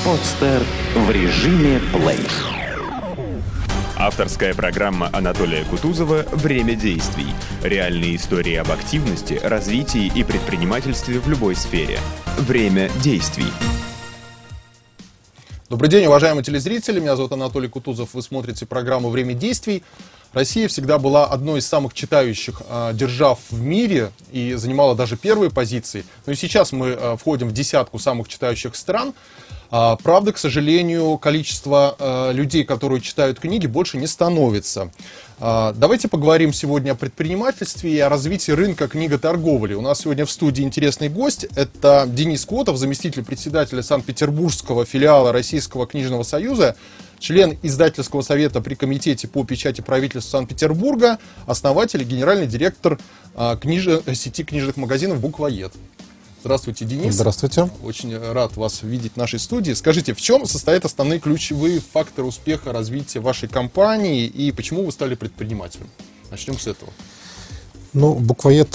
Подстер в режиме плей. Авторская программа Анатолия Кутузова «Время действий». Реальные истории об активности, развитии и предпринимательстве в любой сфере. Время действий. Добрый день, уважаемые телезрители. Меня зовут Анатолий Кутузов. Вы смотрите программу «Время действий». Россия всегда была одной из самых читающих держав в мире и занимала даже первые позиции. Но и сейчас мы входим в десятку самых читающих стран. Правда, к сожалению, количество людей, которые читают книги, больше не становится. Давайте поговорим сегодня о предпринимательстве и о развитии рынка книготорговли. У нас сегодня в студии интересный гость. Это Денис Котов, заместитель председателя Санкт-Петербургского филиала Российского книжного союза, член издательского совета при комитете по печати правительства Санкт-Петербурга, основатель и генеральный директор сети книжных магазинов «Буквоед». Здравствуйте, Денис. Здравствуйте. Очень рад вас видеть в нашей студии. Скажите, в чем состоят основные ключевые факторы успеха развития вашей компании и почему вы стали предпринимателем? Начнем с этого. Ну, Буквоед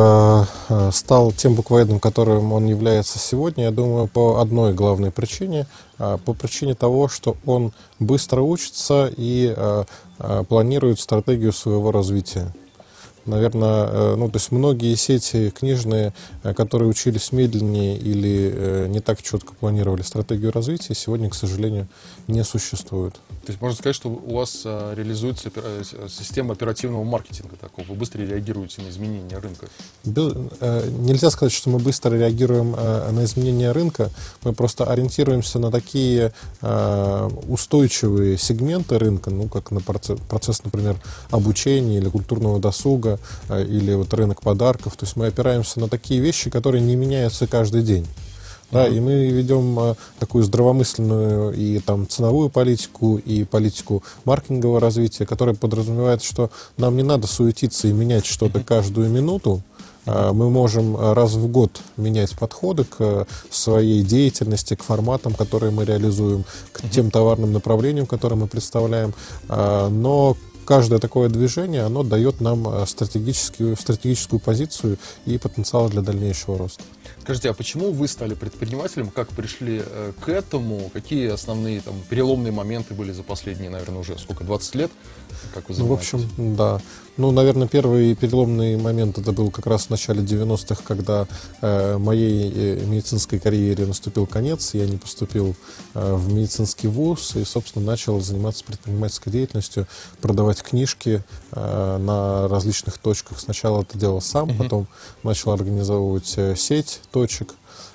стал тем буквоедом, которым он является сегодня, я думаю, по одной главной причине. По причине того, что он быстро учится и планирует стратегию своего развития. Наверное, то есть многие сети книжные, которые учились медленнее или не так четко планировали стратегию развития, сегодня, к сожалению, не существуют. То есть можно сказать, что у вас реализуется система оперативного маркетинга такого, вы быстро реагируете на изменения рынка? Нельзя сказать, что мы быстро реагируем на изменения рынка, мы просто ориентируемся на такие устойчивые сегменты рынка, ну, как на процесс, например, обучения или культурного досуга, или вот рынок подарков. То есть мы опираемся на такие вещи, которые не меняются каждый день. Да, и мы ведем такую здравомысленную и там ценовую политику, и политику маркетингового развития, которая подразумевает, что нам не надо суетиться и менять что-то каждую минуту. Мы можем раз в год менять подходы к своей деятельности, к форматам, которые мы реализуем, к тем товарным направлениям, которые мы представляем. Но каждое такое движение, оно дает нам стратегическую позицию и потенциал для дальнейшего роста. Скажите, а почему вы стали предпринимателем? Как пришли к этому? Какие основные переломные моменты были за последние, наверное, уже сколько, 20 лет? Как вы занимаетесь? В общем, да. Наверное, первый переломный момент это был как раз в начале 90-х, когда моей медицинской карьере наступил конец. Я не поступил в медицинский вуз и, собственно, начал заниматься предпринимательской деятельностью, продавать книжки на различных точках. Сначала это делал сам, потом начал организовывать сеть точек.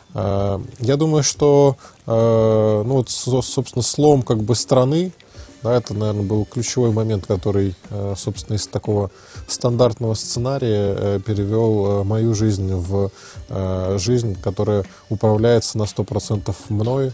Я думаю, что, собственно, слом страны, да, это, наверное, был ключевой момент, который, собственно, из такого стандартного сценария перевел мою жизнь в жизнь, которая управляется на 100% мной.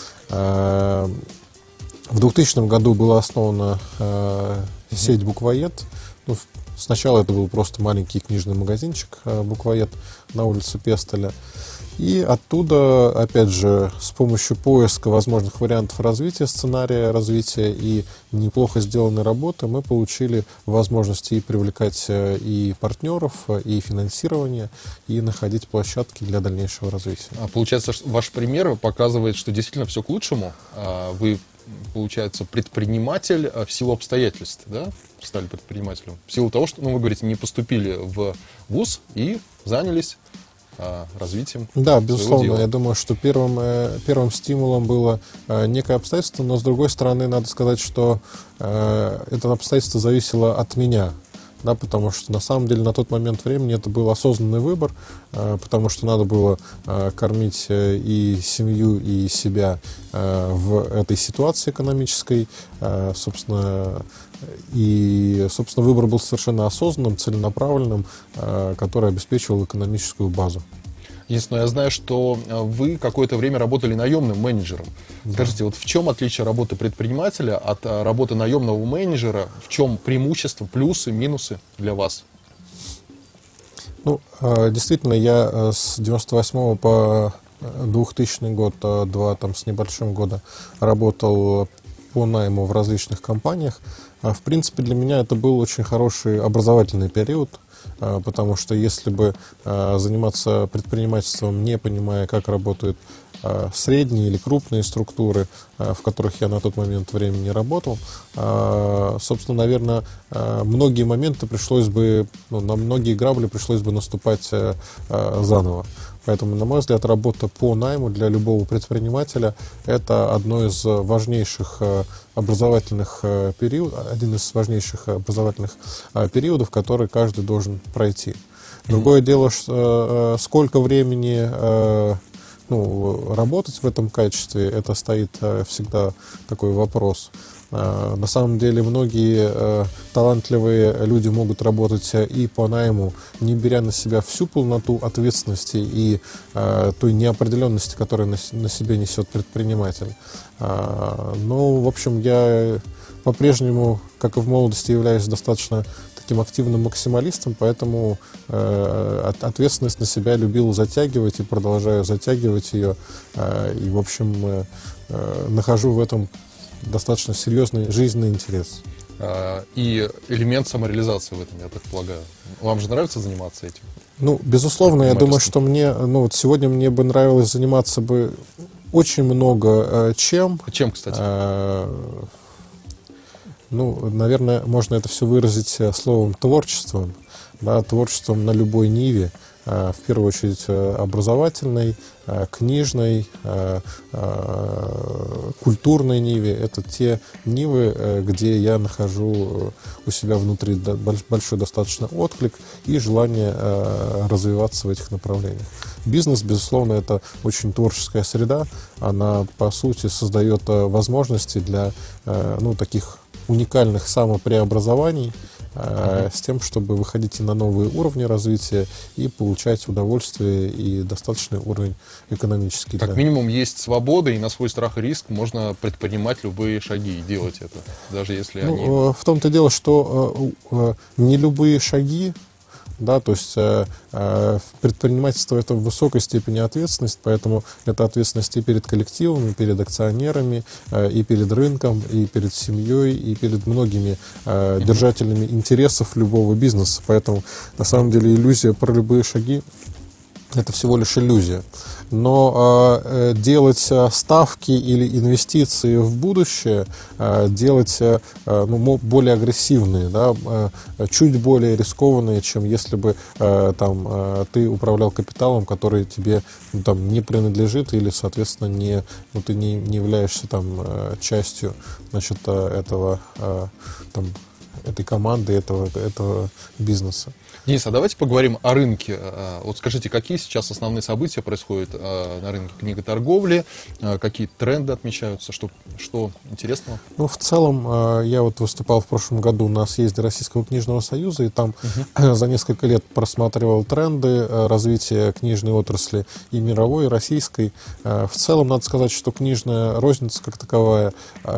В 2000 году была основана сеть «Буквоед». Сначала это был просто маленький книжный магазинчик «Буквоед» на улице Пестеля. И оттуда, опять же, с помощью поиска возможных вариантов развития, сценария развития и неплохо сделанной работы мы получили возможность и привлекать и партнеров, и финансирование, и находить площадки для дальнейшего развития. Получается, ваш пример показывает, что действительно все к лучшему. Вы, получается, предприниматель в силу обстоятельств, да? Стали предпринимателем. В силу того, что, вы говорите, не поступили в вуз и занялись развитием. Да, безусловно. Я думаю, что первым стимулом было некое обстоятельство, но с другой стороны, надо сказать, что это обстоятельство зависело от меня. Да, потому что на самом деле на тот момент времени это был осознанный выбор, потому что надо было кормить и семью, и себя в этой ситуации экономической. Собственно, выбор был совершенно осознанным, целенаправленным, который обеспечивал экономическую базу. Единственное, я знаю, что вы какое-то время работали наемным менеджером. Да. Скажите, вот в чем отличие работы предпринимателя от работы наемного менеджера? В чем преимущества, плюсы, минусы для вас? Действительно, я с 98 по 2000 год, 2 с небольшим года работал по найму в различных компаниях. В принципе, для меня это был очень хороший образовательный период. потому что если бы заниматься предпринимательством, не понимая, как работают средние или крупные структуры, в которых я на тот момент времени работал, собственно, наверное, многие моменты пришлось бы, на многие грабли пришлось бы наступать заново. Поэтому, на мой взгляд, работа по найму для любого предпринимателя – это одно из важнейших образовательных периодов, один из важнейших образовательных периодов, который каждый должен пройти. Другое дело, что сколько времени работать в этом качестве, это стоит всегда такой вопрос. На самом деле многие талантливые люди могут работать и по найму, не беря на себя всю полноту ответственности и той неопределенности, которую на себе несет предприниматель. Но, в общем, я по-прежнему, как и в молодости, являюсь достаточно таким активным максималистом, поэтому ответственность на себя любил затягивать и продолжаю затягивать ее. И, в общем, нахожу в этом достаточно серьезный жизненный интерес. И элемент самореализации в этом, я так полагаю. Вам же нравится заниматься этим? Безусловно, я думаю, что мне, сегодня мне бы нравилось заниматься бы очень много чем. Чем, кстати? Наверное, можно это все выразить словом творчеством, творчеством на любой ниве. В первую очередь образовательной, книжной, культурной ниве. Это те нивы, где я нахожу у себя внутри большой достаточно отклик и желание развиваться в этих направлениях. Бизнес, безусловно, это очень творческая среда. Она, по сути, создает возможности для таких уникальных самопреобразований, с тем, чтобы выходить на новые уровни развития и получать удовольствие и достаточный уровень экономический. Как минимум есть свобода, и на свой страх и риск можно предпринимать любые шаги и делать это, даже если они... В том-то дело, что не любые шаги, то есть предпринимательство — это в высокой степени ответственность, поэтому это ответственность и перед коллективом, и перед акционерами, и перед рынком, и перед семьей, и перед многими держателями интересов любого бизнеса. Поэтому, на самом деле, иллюзия про любые шаги — это всего лишь иллюзия. Но делать ставки или инвестиции в будущее, делать более агрессивные, чуть более рискованные, чем если бы ты управлял капиталом, который тебе не принадлежит, или, соответственно, ты не являешься частью этой команды, этого бизнеса. Денис, а давайте поговорим о рынке. Вот скажите, какие сейчас основные события происходят на рынке книготорговли, какие тренды отмечаются, что интересного? В целом, я выступал в прошлом году на съезде Российского книжного союза, и там за несколько лет просматривал тренды развития книжной отрасли и мировой, и российской. В целом, надо сказать, что книжная розница как таковая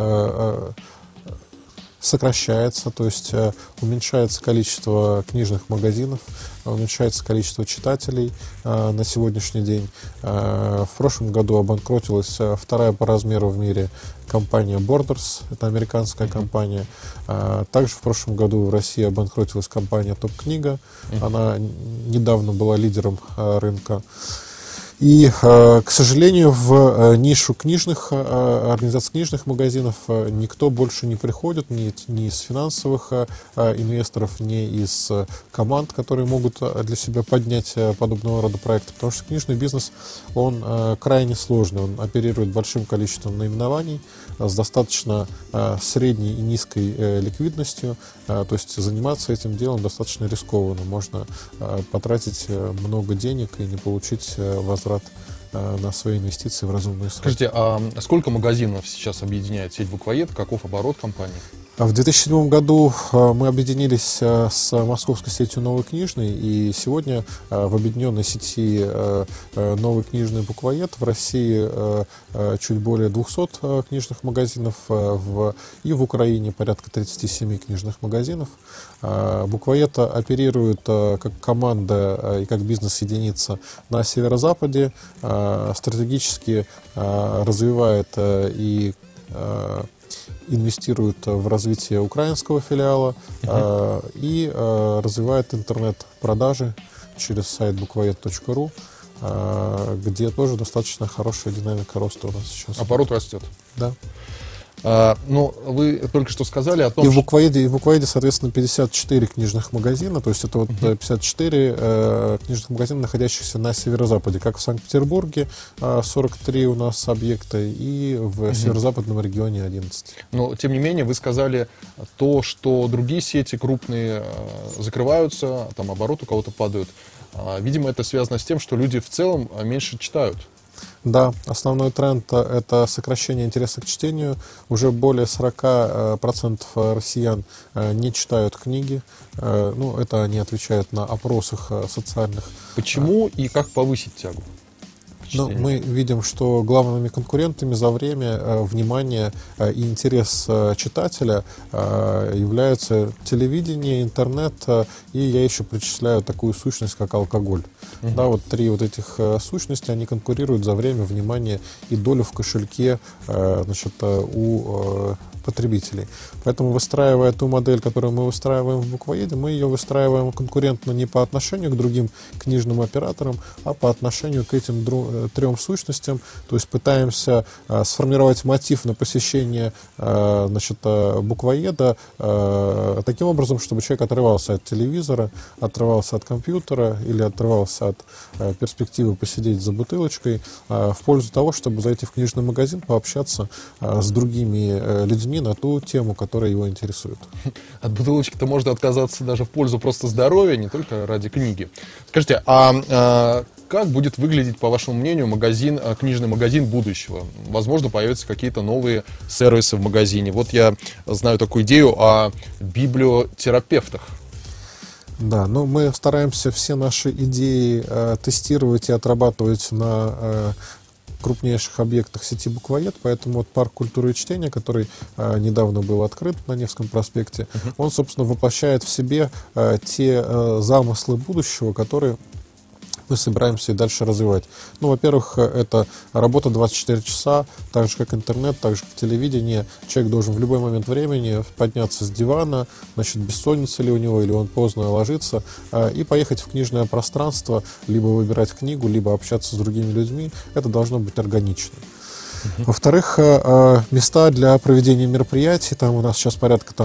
сокращается, то есть уменьшается количество книжных магазинов, уменьшается количество читателей на сегодняшний день. В прошлом году обанкротилась вторая по размеру в мире компания Borders, это американская компания. Также в прошлом году в России обанкротилась компания Топ Книга, она недавно была лидером рынка. И, к сожалению, в нишу организаций книжных магазинов никто больше не приходит, ни из финансовых инвесторов, ни из команд, которые могут для себя поднять подобного рода проекты, потому что книжный бизнес, он крайне сложный, он оперирует большим количеством наименований, с достаточно средней и низкой ликвидностью, то есть заниматься этим делом достаточно рискованно, можно потратить много денег и не получить возврат на свои инвестиции в разумные сроки. Скажите, а сколько магазинов сейчас объединяет сеть Буквоед? Каков оборот компании? В 2007 году мы объединились с московской сетью «Новой книжной», и сегодня в объединенной сети «Новой книжной» Буквоед в России чуть более 200 книжных магазинов, и в Украине порядка 37 книжных магазинов. Буквоед оперирует как команда и как бизнес-единица на северо-западе, стратегически развивает и инвестирует в развитие украинского филиала и развивает интернет-продажи через сайт буквоед.ру, где тоже достаточно хорошая динамика роста у нас сейчас. Оборот растет. Да. Ну, вы только что сказали о том, и в Буквоеде, соответственно, 54 книжных магазина, то есть это вот 54 книжных магазина, находящихся на северо-западе, как в Санкт-Петербурге 43 у нас объекта, и в северо-западном регионе 11. Но, тем не менее, вы сказали то, что другие сети крупные закрываются, там обороты у кого-то падают. Видимо, это связано с тем, что люди в целом меньше читают. Да, основной тренд – это сокращение интереса к чтению. Уже более 40% россиян не читают книги. Ну, это они отвечают на опросах социальных. Почему и как повысить тягу? Но мы видим, что главными конкурентами за время, внимание и интерес читателя являются телевидение, интернет, и я еще причисляю такую сущность, как алкоголь. Да, вот три вот этих сущности, они конкурируют за время, внимание и долю в кошельке, значит, у потребителей. Поэтому, выстраивая ту модель, которую мы выстраиваем в Буквоеде, мы ее выстраиваем конкурентно не по отношению к другим книжным операторам, а по отношению к этим трем сущностям. То есть пытаемся сформировать мотив на посещение, значит, Буквоеда таким образом, чтобы человек отрывался от телевизора, отрывался от компьютера или отрывался от перспективы посидеть за бутылочкой в пользу того, чтобы зайти в книжный магазин, пообщаться с другими людьми на ту тему, которая его интересует. От бутылочки-то можно отказаться даже в пользу просто здоровья, не только ради книги. Скажите, как будет выглядеть, по вашему мнению, книжный магазин будущего? Возможно, появятся какие-то новые сервисы в магазине. Вот я знаю такую идею о библиотерапевтах. Да, но мы стараемся все наши идеи тестировать и отрабатывать на крупнейших объектах сети Буквоед, поэтому вот парк культуры и чтения, который недавно был открыт на Невском проспекте, он, собственно, воплощает в себе те замыслы будущего, которые мы собираемся и дальше развивать. Ну, во-первых, это работа 24 часа, так же, как интернет, так же, как телевидение. Человек должен в любой момент времени подняться с дивана, значит, бессонница ли у него, или он поздно ложится, и поехать в книжное пространство, либо выбирать книгу, либо общаться с другими людьми. Это должно быть органично. Во-вторых, места для проведения мероприятий. Там у нас сейчас порядка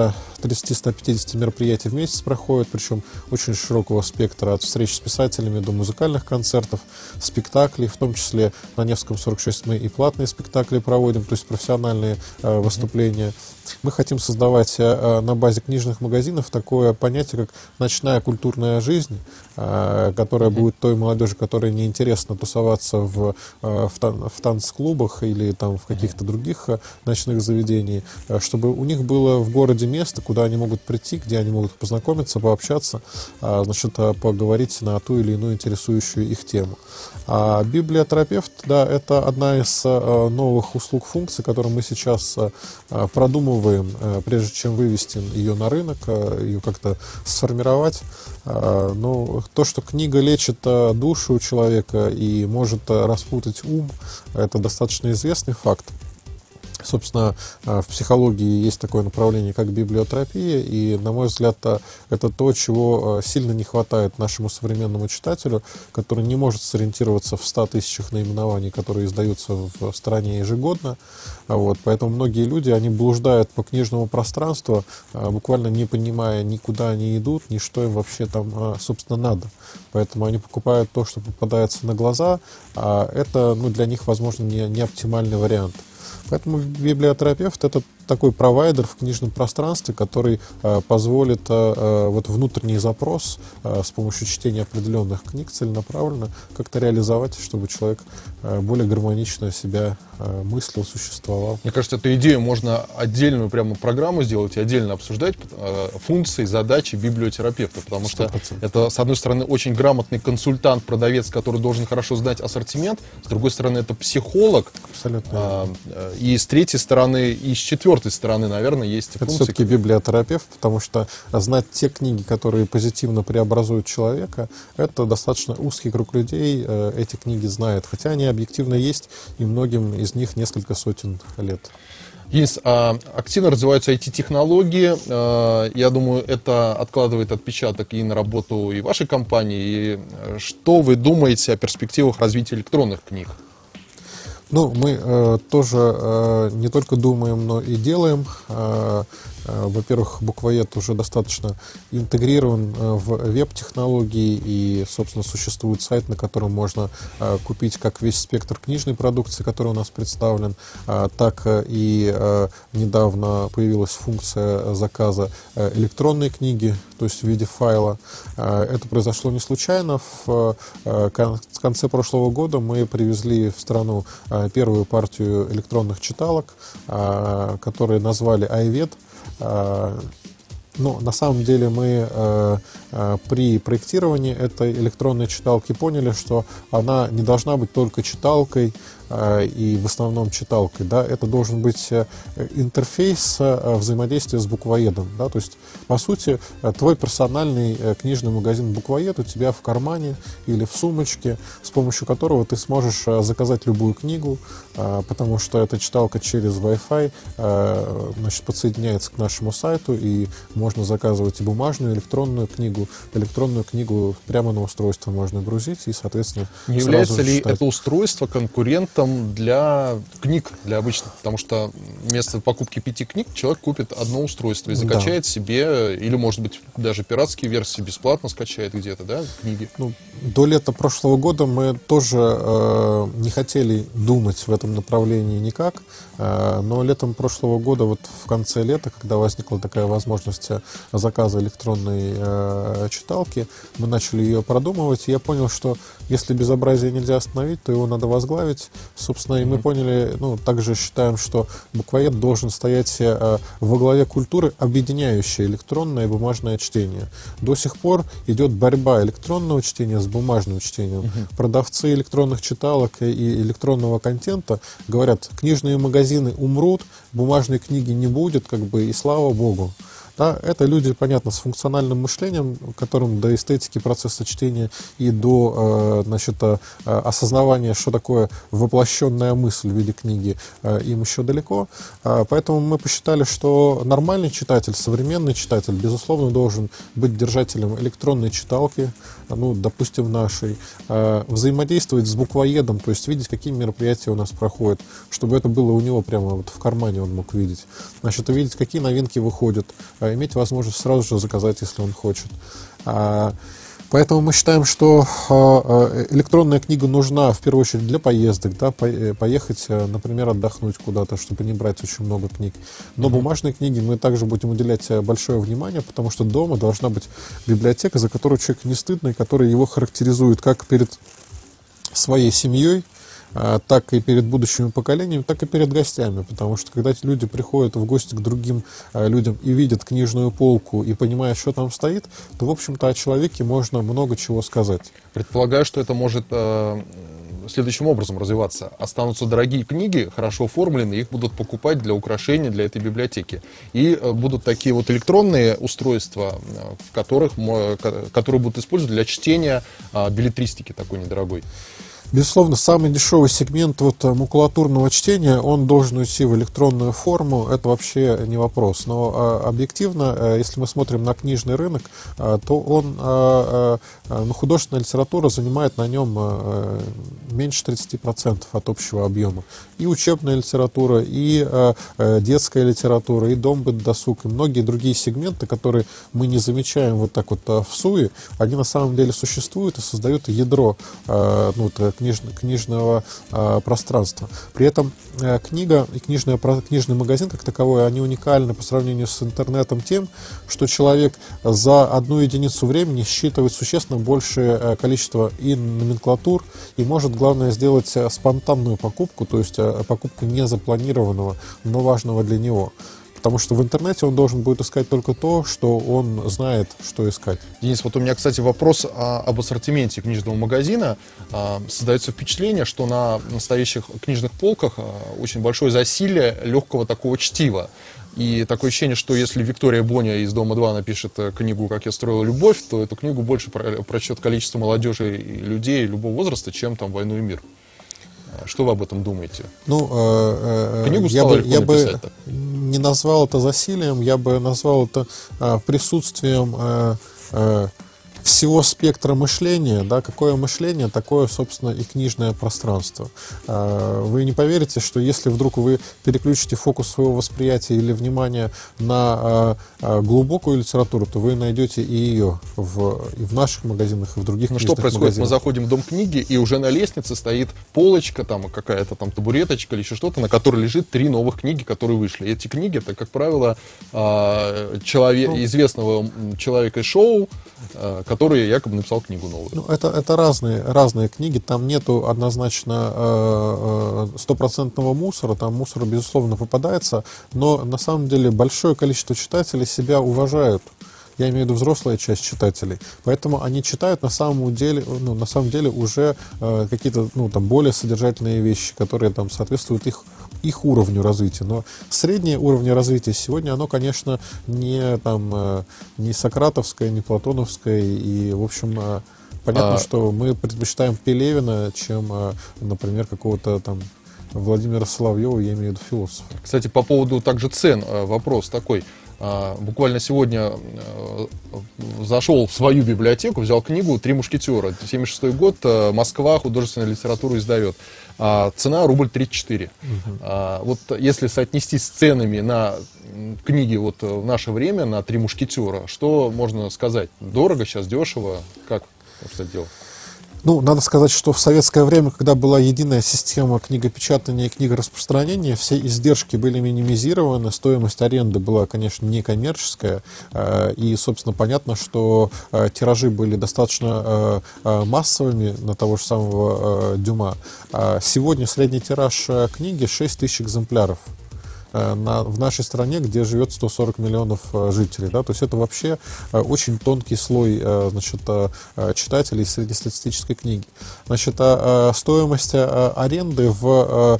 130-150 мероприятий в месяц проходит, причем очень широкого спектра, от встреч с писателями до музыкальных концертов, спектаклей, в том числе на Невском 46 мы и платные спектакли проводим, то есть профессиональные выступления. Мы хотим создавать на базе книжных магазинов такое понятие, как ночная культурная жизнь, которая будет той молодежи, которой неинтересно тусоваться в танцклубах или там в каких-то других ночных заведениях, чтобы у них было в городе место, куда они могут прийти, где они могут познакомиться, пообщаться, значит, поговорить на ту или иную интересующую их тему. А библиотерапевт, да, это одна из новых услуг, функций, которую мы сейчас продумываем, прежде чем вывести ее на рынок, ее как-то сформировать. Но то, что книга лечит душу человека и может распутать ум, это достаточно известный факт. Собственно, в психологии есть такое направление, как библиотерапия, и, на мой взгляд, это то, чего сильно не хватает нашему современному читателю, который не может сориентироваться в 100 тысячах наименований, которые издаются в стране ежегодно. Вот, поэтому многие люди, они блуждают по книжному пространству, буквально не понимая, ни куда они идут, ни что им вообще там, собственно, надо. Поэтому они покупают то, что попадается на глаза, а это, для них, возможно, не оптимальный вариант. Поэтому библиотерапевт — это такой провайдер в книжном пространстве, который позволит вот внутренний запрос с помощью чтения определенных книг целенаправленно как-то реализовать, чтобы человек более гармонично себя мыслил, существовал. Мне кажется, эту идею можно отдельную прямо программу сделать и отдельно обсуждать функции, задачи библиотерапевта, потому 100%. Что это, с одной стороны, очень грамотный консультант, продавец, который должен хорошо знать ассортимент, с другой стороны, это психолог, абсолютно. И с третьей стороны, и с четвертой стороны, наверное, есть это функции. Все-таки библиотерапевт, потому что знать те книги, которые позитивно преобразуют человека, это достаточно узкий круг людей эти книги знает, хотя они объективно есть, и многим из них несколько сотен лет. Денис, активно развиваются IT-технологии. Я думаю, это откладывает отпечаток и на работу и вашей компании. И что вы думаете о перспективах развития электронных книг? Ну, мы тоже не только думаем, но и делаем. Во-первых, буквоед уже достаточно интегрирован в веб-технологии, и, собственно, существует сайт, на котором можно купить как весь спектр книжной продукции, который у нас представлен, так и недавно появилась функция заказа электронной книги, то есть в виде файла. Это произошло не случайно. В конце прошлого года мы привезли в страну первую партию электронных читалок, которые назвали iVed. Но на самом деле мы при проектировании этой электронной читалки поняли, что она не должна быть только читалкой и в основном читалкой. Да? Это должен быть интерфейс взаимодействия с буквоедом. Да? То есть, по сути, твой персональный книжный магазин «Буквоед» у тебя в кармане или в сумочке, с помощью которого ты сможешь заказать любую книгу, потому что эта читалка через Wi-Fi подсоединяется к нашему сайту, и можно заказывать и бумажную, и электронную книгу прямо на устройство можно грузить, и, соответственно, не является ли это устройство конкурентом для книг, для обычных? Потому что вместо покупки 5 книг человек купит одно устройство и закачает себе, или, может быть, даже пиратские версии бесплатно скачает где-то, да, книги? Ну, до лета прошлого года мы тоже не хотели думать в этом направлении никак, но летом прошлого года, вот в конце лета, когда возникла такая возможность заказа электронной читалки, мы начали ее продумывать, и я понял, что если безобразие нельзя остановить, то его надо возглавить. Собственно, и мы поняли, ну, также считаем, что буквоед должен стоять во главе культуры, объединяющей электронное и бумажное чтение. До сих пор идет борьба электронного чтения с бумажным чтением. Продавцы электронных читалок и электронного контента говорят, книжные магазины умрут, бумажной книги не будет, и слава богу. Да, это люди, понятно, с функциональным мышлением, которым до эстетики процесса чтения и до осознавания, что такое воплощенная мысль в виде книги, им еще далеко. Поэтому мы посчитали, что нормальный читатель, современный читатель, безусловно, должен быть держателем электронной читалки, ну, допустим, нашей, взаимодействовать с буквоедом, то есть видеть, какие мероприятия у нас проходят, чтобы это было у него прямо вот в кармане, он мог видеть. Значит, видеть, какие новинки выходят, иметь возможность сразу же заказать, если он хочет. Поэтому мы считаем, что электронная книга нужна в первую очередь для поездок, да, поехать, например, отдохнуть куда-то, чтобы не брать очень много книг. Но бумажные книги мы также будем уделять большое внимание, потому что дома должна быть библиотека, за которую человеку не стыдно, и которая его характеризует как перед своей семьей, так и перед будущими поколениями, так и перед гостями, потому что когда эти люди приходят в гости к другим людям и видят книжную полку и понимают, что там стоит, то, в общем-то, о человеке можно много чего сказать. Предполагаю, что это может следующим образом развиваться. Останутся дорогие книги, хорошо оформленные, их будут покупать для украшения, для этой библиотеки. И будут такие вот электронные устройства, которые будут использовать для чтения беллетристики такой недорогой. Безусловно, самый дешевый сегмент макулатурного чтения, он должен уйти в электронную форму, это вообще не вопрос. Но объективно, если мы смотрим на книжный рынок, то художественная литература занимает на нем меньше 30% от общего объема. И учебная литература, и детская литература, и дом-быт-досуг, и многие другие сегменты, которые мы не замечаем вот так вот в СУЕ, они на самом деле существуют и создают ядро книжного пространства. При этом книга и книжный магазин как таковой, они уникальны по сравнению с интернетом тем, что человек за одну единицу времени считывает существенно большее количество и номенклатур, и может, главное, сделать спонтанную покупку, то есть покупку не запланированного, но важного для него. Потому что в интернете он должен будет искать только то, что он знает, что искать. Денис, вот у меня, кстати, вопрос об ассортименте книжного магазина. Создается впечатление, что на настоящих книжных полках очень большое засилие легкого такого чтива. И такое ощущение, что если Виктория Боня из «Дома-2» напишет книгу «Как я строила любовь», то эту книгу больше прочтет количество молодежи и людей любого возраста, чем там «Войну и мир». Что вы об этом думаете? Ну, Книгу я стало бы, легко я бы написать так. не назвал это засилием, я бы назвал это присутствием всего спектра мышления, да, какое мышление, такое, собственно, и книжное пространство. Вы не поверите, что если вдруг вы переключите фокус своего восприятия или внимания на глубокую литературу, то вы найдете и ее и в наших магазинах, и в других Ну книжных что происходит? Мы магазинах. заходим в дом книги, и уже на лестнице стоит полочка, там какая-то там табуреточка или еще что-то, на которой лежит 3 новых книги, которые вышли. И эти книги, это, как правило, известного человека из шоу, который якобы написал книгу новую. Ну, это разные книги, там нету однозначно стопроцентного мусора, там мусор, безусловно, попадается, но на самом деле большое количество читателей себя уважают. Я имею в виду взрослая часть читателей. Поэтому они читают на самом деле уже какие-то там более содержательные вещи, которые там соответствуют их уровню развития. Но среднее уровень развития сегодня, оно, конечно, не сократовское, не платоновское. И, в общем, понятно, что мы предпочитаем Пелевина, чем, например, какого-то там Владимира Соловьева, я имею в виду философа. Кстати, по поводу также цен вопрос такой. Буквально сегодня зашел в свою библиотеку, взял книгу «Три мушкетера». 76-й год, Москва, художественную литературу издает. Цена рубль 34. Вот если соотнести с ценами на книги вот в наше время, на «Три мушкетера», что можно сказать? Дорого сейчас, дешево? Как это дело? Ну, надо сказать, что в советское время, когда была единая система книгопечатания и книгораспространения, все издержки были минимизированы, стоимость аренды была, конечно, некоммерческая, и, собственно, понятно, что тиражи были достаточно массовыми на того же самого Дюма. Сегодня средний тираж книги 6 тысяч экземпляров в нашей стране, где живет 140 миллионов жителей. Да? То есть это вообще очень тонкий слой, значит, читателей среднестатистической книги. Значит, стоимость аренды в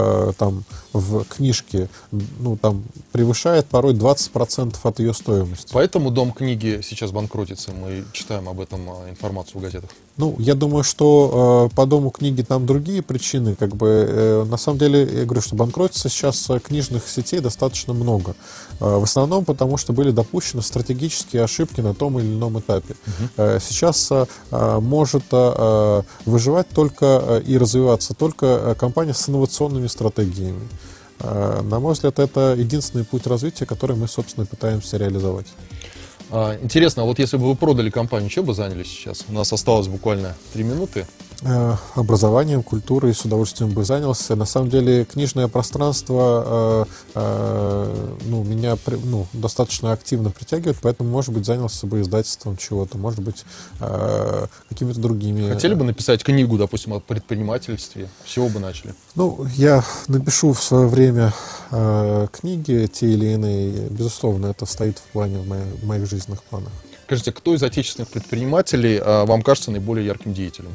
книжке превышает порой 20% от ее стоимости. Поэтому дом книги сейчас банкротится. Мы читаем об этом информацию в газетах. Ну, я думаю, что по дому книги там другие причины. На самом деле, я говорю, что банкротится сейчас книжных сетей достаточно много. В основном потому, что были допущены стратегические ошибки на том или ином этапе. Сейчас может выживать только и развиваться только компания с инновационными стратегиями. На мой взгляд, это единственный путь развития, который мы, собственно, пытаемся реализовать. Интересно, а вот если бы вы продали компанию, чем бы занялись сейчас? У нас осталось буквально 3 минуты. Образованием, культурой с удовольствием бы занялся. На самом деле книжное пространство меня достаточно активно притягивает, поэтому, может быть, занялся бы издательством чего-то, может быть, какими-то другими. Хотели бы написать книгу, допустим, о предпринимательстве? С чего бы начали? Ну, я напишу в свое время книги, те или иные. Безусловно, это стоит в плане в моих жизненных планах. Скажите, кто из отечественных предпринимателей вам кажется наиболее ярким деятелем?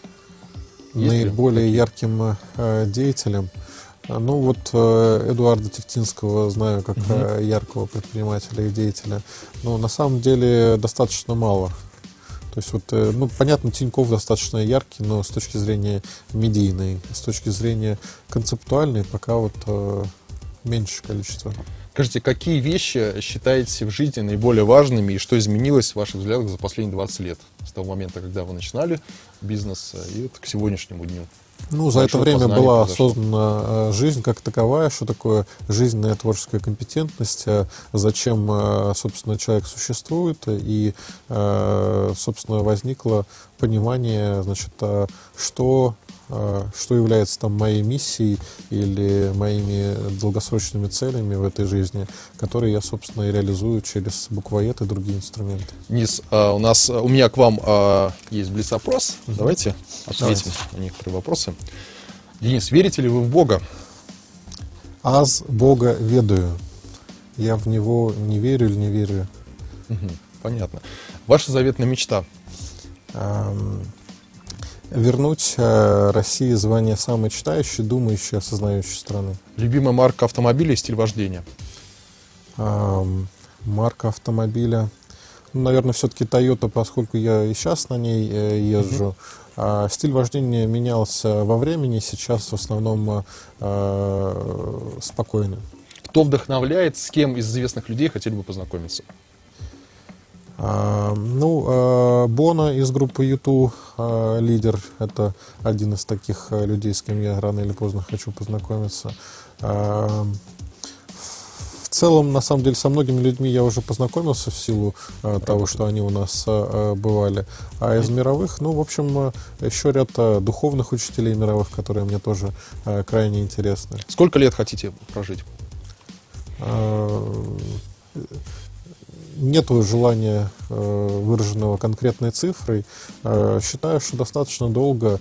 Наиболее ярким деятелем? Ну, вот Эдуарда Тихтинского знаю как яркого предпринимателя и деятеля, но на самом деле достаточно мало. То есть, понятно, Тинькофф достаточно яркий, но с точки зрения медийной, с точки зрения концептуальной, пока меньше количества. Скажите, какие вещи считаете в жизни наиболее важными и что изменилось, в ваших взглядах, за последние 20 лет? С того момента, когда вы начинали бизнес, и к сегодняшнему дню. Ну, за это время была создана жизнь как таковая, что такое жизненная творческая компетентность, зачем, собственно, человек существует, и, собственно, возникло понимание, значит, что является там моей миссией или моими долгосрочными целями в этой жизни, которые я, собственно, и реализую через буквоед и другие инструменты. Денис, у меня к вам есть блиц-опрос. Давайте ответим на некоторые вопросы. Денис, верите ли вы в Бога? Аз Бога ведаю. Я в Него не верю или не верю. Понятно. Ваша заветная мечта? Вернуть России звание самой читающей, думающей, осознающей страны. Любимая марка автомобиля и стиль вождения? Марка автомобиля. Наверное, все-таки Toyota, поскольку я и сейчас на ней езжу. Стиль вождения менялся во времени, сейчас в основном спокойный. Кто вдохновляет, с кем из известных людей хотели бы познакомиться? Боно из группы U2, лидер, это один из таких людей, с кем я рано или поздно хочу познакомиться. В целом, на самом деле, со многими людьми я уже познакомился в силу того, что они у нас бывали. А из мировых, еще ряд духовных учителей мировых, которые мне тоже крайне интересны. Сколько лет хотите прожить? Нету желания, выраженного конкретной цифрой. Считаю, что достаточно долго,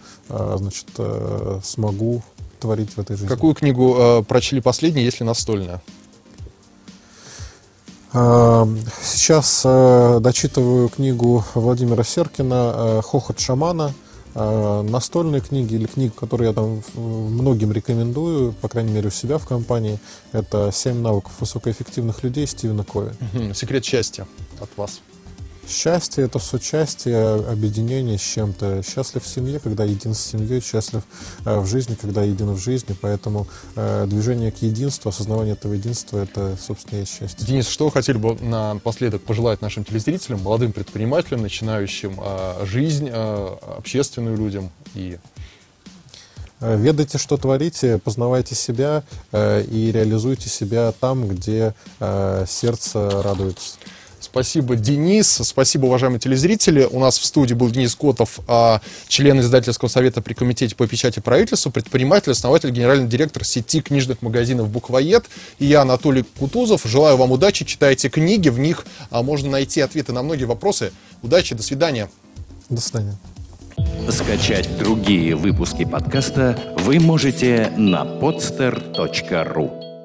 смогу творить в этой жизни. Какую книгу прочли последней, если настольная? Сейчас дочитываю книгу Владимира Серкина «Хохот шамана». Настольные книги или книги, которые я там многим рекомендую, по крайней мере у себя в компании, это «7 навыков высокоэффективных людей» Стивена Кови. Секрет счастья от вас. Счастье — это сочастие, объединение с чем-то. Счастлив в семье, когда един с семьей, счастлив в жизни, когда един в жизни. Поэтому движение к единству, осознавание этого единства — это, собственно, и есть счастье. Денис, что вы хотели бы напоследок пожелать нашим телезрителям, молодым предпринимателям, начинающим жизнь, общественную людям? Ведайте, что творите, познавайте себя и реализуйте себя там, где сердце радуется. Спасибо, Денис. Спасибо, уважаемые телезрители. У нас в студии был Денис Котов, член издательского совета при комитете по печати правительства, предприниматель, основатель, генеральный директор сети книжных магазинов «Буквоед». И я, Анатолий Кутузов. Желаю вам удачи, читайте книги, в них можно найти ответы на многие вопросы. Удачи, до свидания. До свидания. Скачать другие выпуски подкаста вы можете на podster.ru.